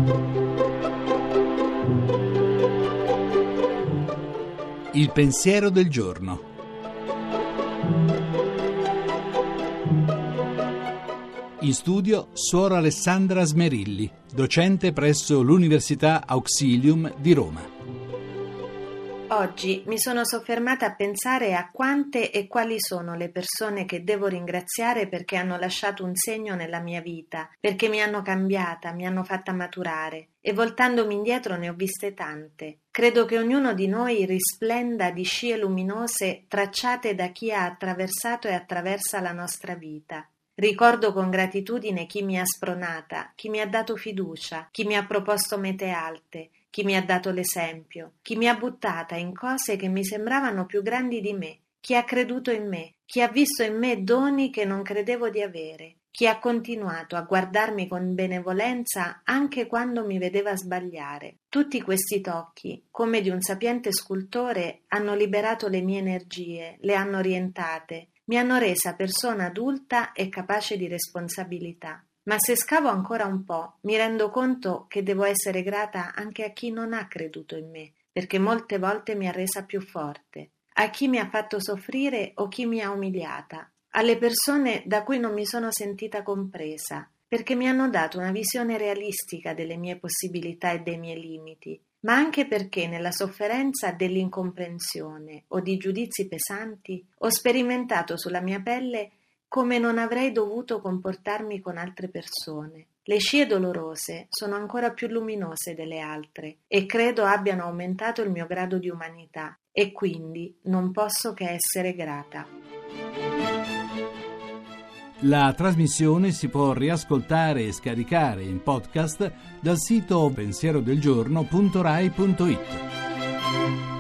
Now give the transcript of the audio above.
Il pensiero del giorno. In studio Suor Alessandra Smerilli, docente presso l'Università Auxilium di Roma. Oggi mi sono soffermata a pensare a quante e quali sono le persone che devo ringraziare perché hanno lasciato un segno nella mia vita, perché mi hanno cambiata, mi hanno fatta maturare, e voltandomi indietro ne ho viste tante. Credo che ognuno di noi risplenda di scie luminose tracciate da chi ha attraversato e attraversa la nostra vita. Ricordo con gratitudine chi mi ha spronata, chi mi ha dato fiducia, chi mi ha proposto mete alte, chi mi ha dato l'esempio, chi mi ha buttata in cose che mi sembravano più grandi di me, chi ha creduto in me, chi ha visto in me doni che non credevo di avere, chi ha continuato a guardarmi con benevolenza anche quando mi vedeva sbagliare. Tutti questi tocchi, come di un sapiente scultore, hanno liberato le mie energie, le hanno orientate, mi hanno resa persona adulta e capace di responsabilità. Ma se scavo ancora un po', mi rendo conto che devo essere grata anche a chi non ha creduto in me, perché molte volte mi ha resa più forte, a chi mi ha fatto soffrire o chi mi ha umiliata, alle persone da cui non mi sono sentita compresa, perché mi hanno dato una visione realistica delle mie possibilità e dei miei limiti, ma anche perché nella sofferenza dell'incomprensione o di giudizi pesanti ho sperimentato sulla mia pelle come non avrei dovuto comportarmi con altre persone. Le scie dolorose sono ancora più luminose delle altre e credo abbiano aumentato il mio grado di umanità e quindi non posso che essere grata. La trasmissione si può riascoltare e scaricare in podcast dal sito pensierodelgiorno.rai.it.